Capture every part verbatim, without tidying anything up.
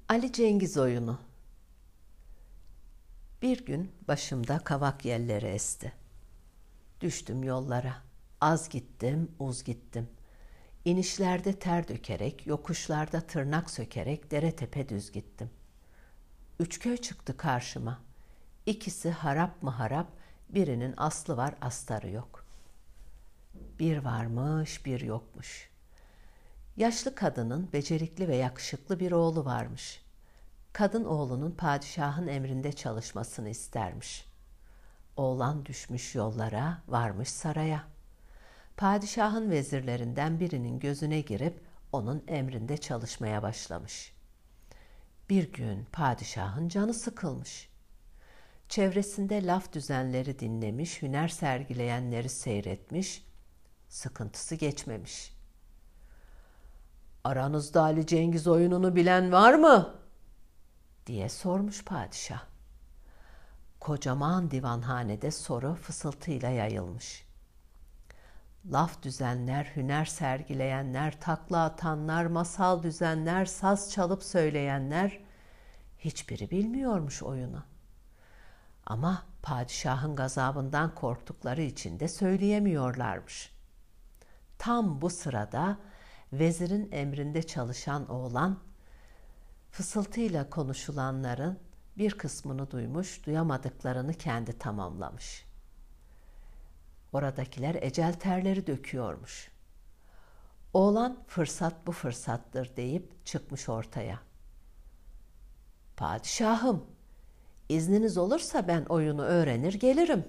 Ali Cengiz oyunu. Bir gün başımda kavak yelleri esti. Düştüm yollara. Az gittim, uz gittim. İnişlerde ter dökerek, yokuşlarda tırnak sökerek dere tepe düz gittim. Üç köy çıktı karşıma. İkisi harap mı harap, birinin aslı var astarı yok. Bir varmış, bir yokmuş. Yaşlı kadının becerikli ve yakışıklı bir oğlu varmış. Kadın oğlunun padişahın emrinde çalışmasını istermiş. Oğlan düşmüş yollara, varmış saraya. Padişahın vezirlerinden birinin gözüne girip onun emrinde çalışmaya başlamış. Bir gün padişahın canı sıkılmış. Çevresinde laf düzenleri dinlemiş, hüner sergileyenleri seyretmiş, sıkıntısı geçmemiş. "Aranızda Ali Cengiz oyununu bilen var mı?" diye sormuş padişah. Kocaman divanhanede soru fısıltıyla yayılmış. Laf düzenler, hüner sergileyenler, takla atanlar, masal düzenler, saz çalıp söyleyenler hiçbiri bilmiyormuş oyunu. Ama padişahın gazabından korktukları için de söyleyemiyorlarmış. Tam bu sırada vezirin emrinde çalışan oğlan fısıltıyla konuşulanların bir kısmını duymuş, duyamadıklarını kendi tamamlamış. Oradakiler ecel terleri döküyormuş. Oğlan fırsat bu fırsattır deyip çıkmış ortaya. "Padişahım, izniniz olursa ben oyunu öğrenir gelirim."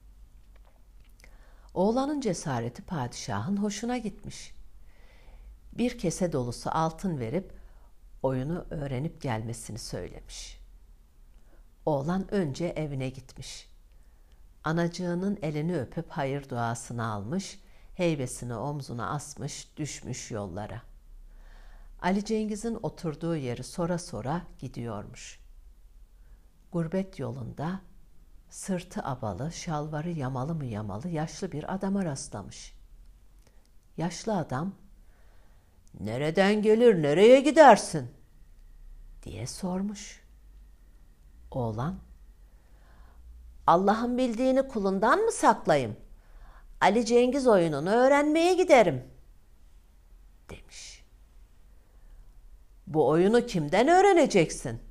Oğlanın cesareti padişahın hoşuna gitmiş. Bir kese dolusu altın verip oyunu öğrenip gelmesini söylemiş. Oğlan önce evine gitmiş. Anacığının elini öpüp hayır duasını almış, heybesini omzuna asmış, düşmüş yollara. Ali Cengiz'in oturduğu yeri sora sora gidiyormuş. Gurbet yolunda sırtı abalı, şalvarı yamalı mı yamalı yaşlı bir adama rastlamış. Yaşlı adam, "Nereden gelir, nereye gidersin?" diye sormuş. Oğlan, "Allah'ın bildiğini kulundan mı saklayayım? Ali Cengiz oyununu öğrenmeye giderim," demiş. "Bu oyunu kimden öğreneceksin?"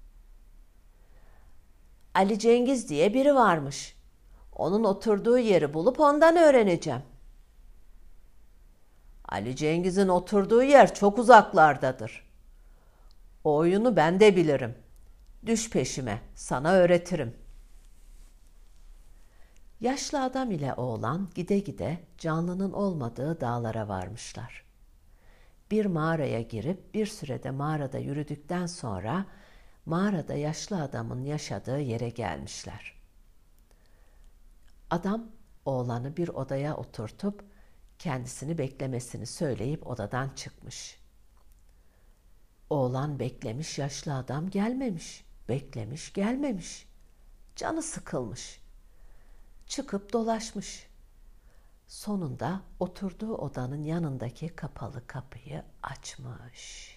"Ali Cengiz diye biri varmış. Onun oturduğu yeri bulup ondan öğreneceğim." "Ali Cengiz'in oturduğu yer çok uzaklardadır. O oyunu ben de bilirim. Düş peşime, sana öğretirim." Yaşlı adam ile oğlan gide gide canlının olmadığı dağlara varmışlar. Bir mağaraya girip bir sürede mağarada yürüdükten sonra mağarada yaşlı adamın yaşadığı yere gelmişler. Adam oğlanı bir odaya oturtup kendisini beklemesini söyleyip odadan çıkmış. Oğlan beklemiş, yaşlı adam gelmemiş. Beklemiş, gelmemiş. Canı sıkılmış. Çıkıp dolaşmış. Sonunda oturduğu odanın yanındaki kapalı kapıyı açmış.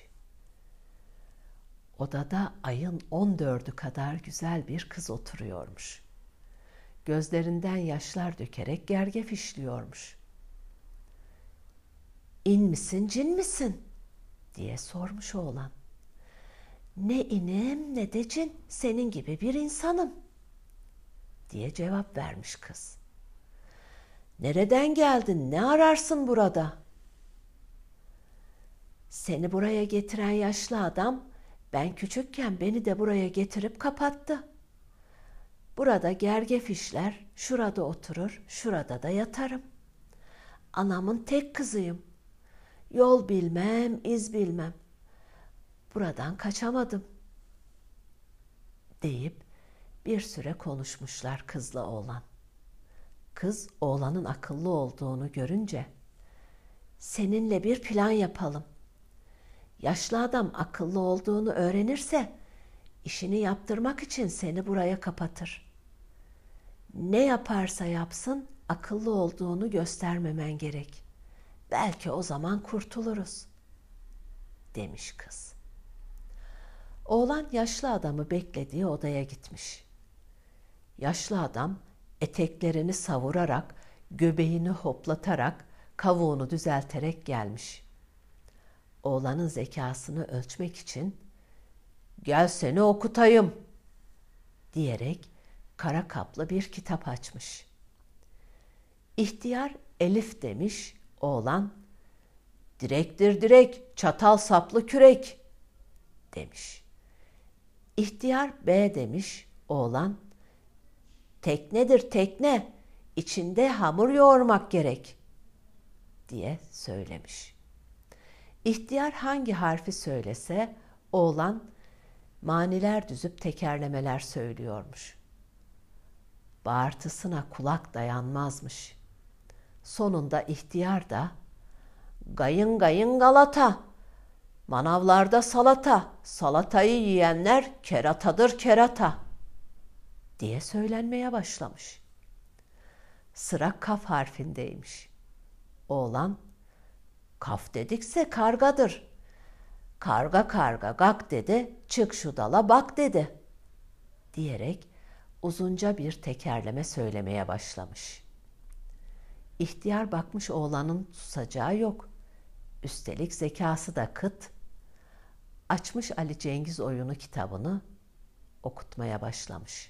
Odada ayın on dördü kadar güzel bir kız oturuyormuş. Gözlerinden yaşlar dökerek gergef işliyormuş. "İn misin, cin misin?" diye sormuş oğlan. "Ne inim ne de cin, senin gibi bir insanım," diye cevap vermiş kız. "Nereden geldin, ne ararsın burada?" "Seni buraya getiren yaşlı adam, ben küçükken beni de buraya getirip kapattı. Burada gergef işler, şurada oturur, şurada da yatarım. Anamın tek kızıyım. Yol bilmem, iz bilmem. Buradan kaçamadım," deyip bir süre konuşmuşlar kızla oğlan. Kız oğlanın akıllı olduğunu görünce, "Seninle bir plan yapalım. Yaşlı adam akıllı olduğunu öğrenirse işini yaptırmak için seni buraya kapatır. Ne yaparsa yapsın akıllı olduğunu göstermemen gerek. Belki o zaman kurtuluruz," demiş kız. Oğlan yaşlı adamı beklediği odaya gitmiş. Yaşlı adam eteklerini savurarak, göbeğini hoplatarak, kavuğunu düzelterek gelmiş. Oğlanın zekasını ölçmek için "Gel seni okutayım" diyerek kara kaplı bir kitap açmış. İhtiyar Elif demiş, oğlan "Direktir direk, çatal saplı kürek" demiş. İhtiyar B demiş, oğlan "Teknedir tekne, içinde hamur yoğurmak gerek" diye söylemiş. İhtiyar hangi harfi söylese oğlan maniler düzüp tekerlemeler söylüyormuş. Bağırtısına kulak dayanmazmış. Sonunda ihtiyar da "Gayın gayın Galata, manavlarda salata, salatayı yiyenler keratadır kerata" diye söylenmeye başlamış. Sıra kaf harfindeymiş. Oğlan "Kaf dedikse kargadır. Karga karga gak dedi, çık şu dala bak dedi" diyerek uzunca bir tekerleme söylemeye başlamış. İhtiyar bakmış oğlanın susacağı yok. Üstelik zekası da kıt. Açmış Ali Cengiz Oyunu kitabını okutmaya başlamış.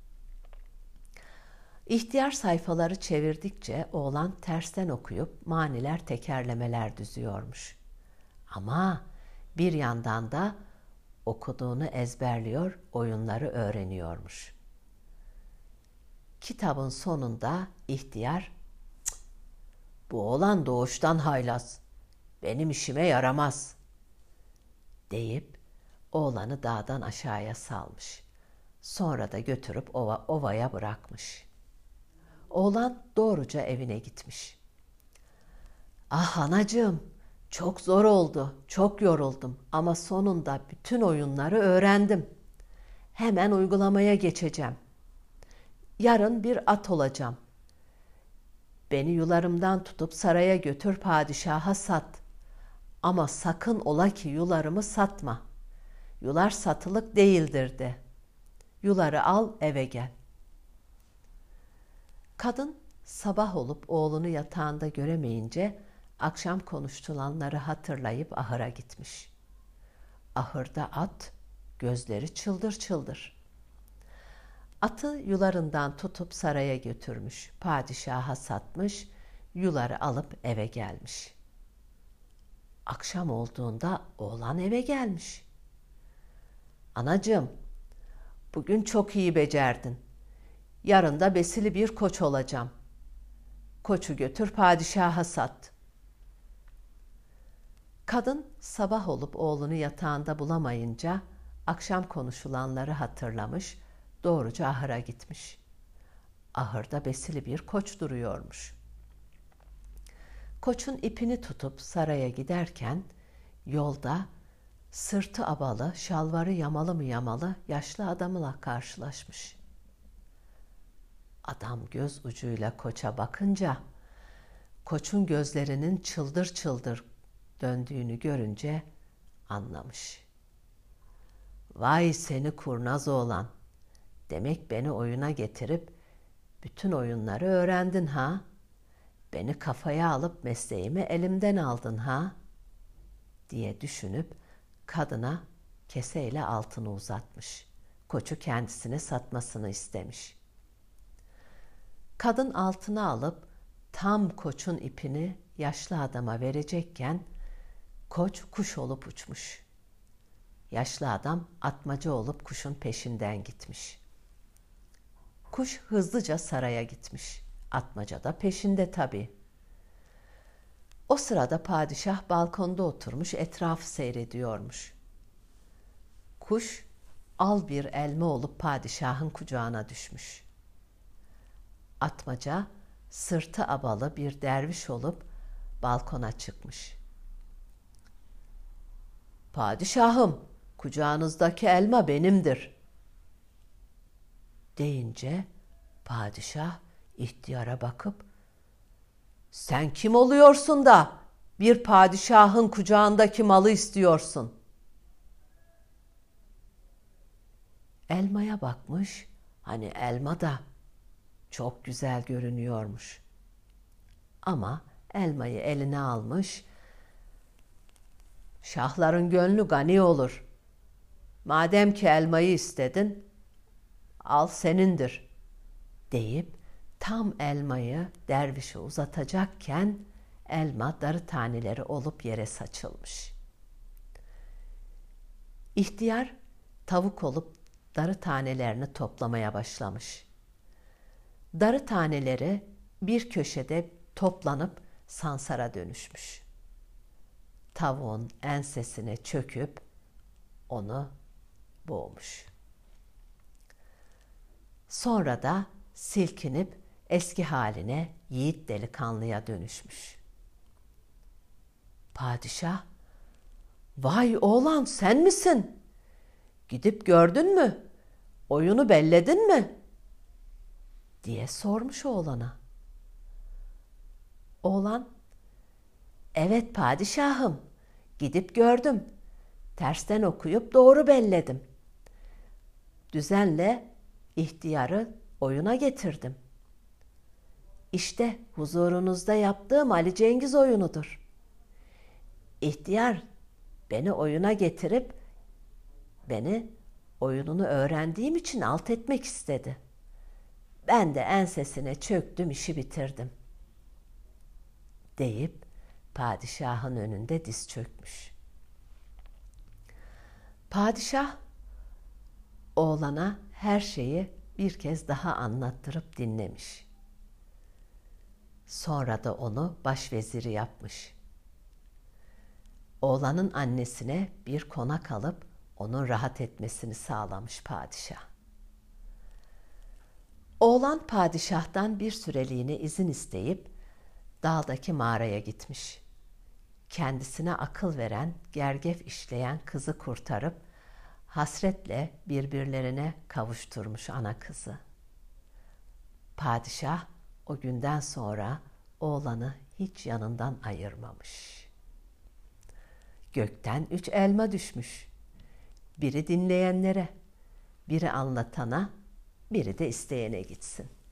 İhtiyar sayfaları çevirdikçe oğlan tersten okuyup maniler tekerlemeler düzüyormuş. Ama bir yandan da okuduğunu ezberliyor, oyunları öğreniyormuş. Kitabın sonunda ihtiyar "Bu oğlan doğuştan haylaz, benim işime yaramaz" deyip oğlanı dağdan aşağıya salmış. Sonra da götürüp ova, ovaya bırakmış. Oğlan doğruca evine gitmiş. "Ah anacığım, çok zor oldu, çok yoruldum ama sonunda bütün oyunları öğrendim. Hemen uygulamaya geçeceğim. Yarın bir at olacağım. Beni yularımdan tutup saraya götür, padişaha sat. Ama sakın ola ki yularımı satma. Yular satılık değildir de. Yuları al eve gel." Kadın sabah olup oğlunu yatağında göremeyince akşam konuştulanları hatırlayıp ahıra gitmiş. Ahırda at, gözleri çıldır çıldır. Atı yularından tutup saraya götürmüş, padişaha satmış, yuları alıp eve gelmiş. Akşam olduğunda oğlan eve gelmiş. "Anacığım, bugün çok iyi becerdin. Yarın da besili bir koç olacağım. Koçu götür padişaha sat." Kadın sabah olup oğlunu yatağında bulamayınca akşam konuşulanları hatırlamış, doğruca ahıra gitmiş. Ahırda besili bir koç duruyormuş. Koçun ipini tutup saraya giderken yolda sırtı abalı, şalvarı yamalı mı yamalı yaşlı adamla karşılaşmış. Adam göz ucuyla koça bakınca koçun gözlerinin çıldır çıldır döndüğünü görünce anlamış. "Vay seni kurnaz oğlan, demek beni oyuna getirip bütün oyunları öğrendin ha? Beni kafaya alıp mesleğimi elimden aldın ha?" diye düşünüp kadına keseyle altını uzatmış. Koçu kendisine satmasını istemiş. Kadın altını alıp tam koçun ipini yaşlı adama verecekken koç kuş olup uçmuş. Yaşlı adam atmaca olup kuşun peşinden gitmiş. Kuş hızlıca saraya gitmiş. Atmaca da peşinde tabii. O sırada padişah balkonda oturmuş etrafı seyrediyormuş. Kuş al bir elma olup padişahın kucağına düşmüş. Atmaca sırtı abalı bir derviş olup balkona çıkmış. "Padişahım, kucağınızdaki elma benimdir" deyince padişah ihtiyara bakıp "Sen kim oluyorsun da bir padişahın kucağındaki malı istiyorsun?" Elmaya bakmış, hani elma da çok güzel görünüyormuş. Ama elmayı eline almış, şahların gönlü gani olur. Madem ki elmayı istedin, al senindir deyip tam elmayı dervişe uzatacakken elma darı taneleri olup yere saçılmış. İhtiyar tavuk olup darı tanelerini toplamaya başlamış. Darı taneleri bir köşede toplanıp sansara dönüşmüş. Tavuğun ensesine çöküp onu boğmuş. Sonra da silkinip eski haline yiğit delikanlıya dönüşmüş. Padişah, "Vay oğlan, sen misin? Gidip gördün mü? Oyunu belledin mi?" diye sormuş oğlana. Oğlan, "Evet padişahım, gidip gördüm. Tersten okuyup doğru belledim. Düzenle ihtiyarı oyuna getirdim. İşte huzurunuzda yaptığım Ali Cengiz oyunudur. İhtiyar beni oyuna getirip beni oyununu öğrendiğim için alt etmek istedi. Ben de ensesine çöktüm, işi bitirdim." deyip padişahın önünde diz çökmüş. Padişah oğlana her şeyi bir kez daha anlattırıp dinlemiş. Sonra da onu başveziri yapmış. Oğlanın annesine bir konak alıp onun rahat etmesini sağlamış padişah. Oğlan padişahtan bir süreliğine izin isteyip dağdaki mağaraya gitmiş. Kendisine akıl veren, gergef işleyen kızı kurtarıp hasretle birbirlerine kavuşturmuş ana kızı. Padişah o günden sonra oğlanı hiç yanından ayırmamış. Gökten üç elma düşmüş. Biri dinleyenlere, biri anlatana, biri de isteyene gitsin.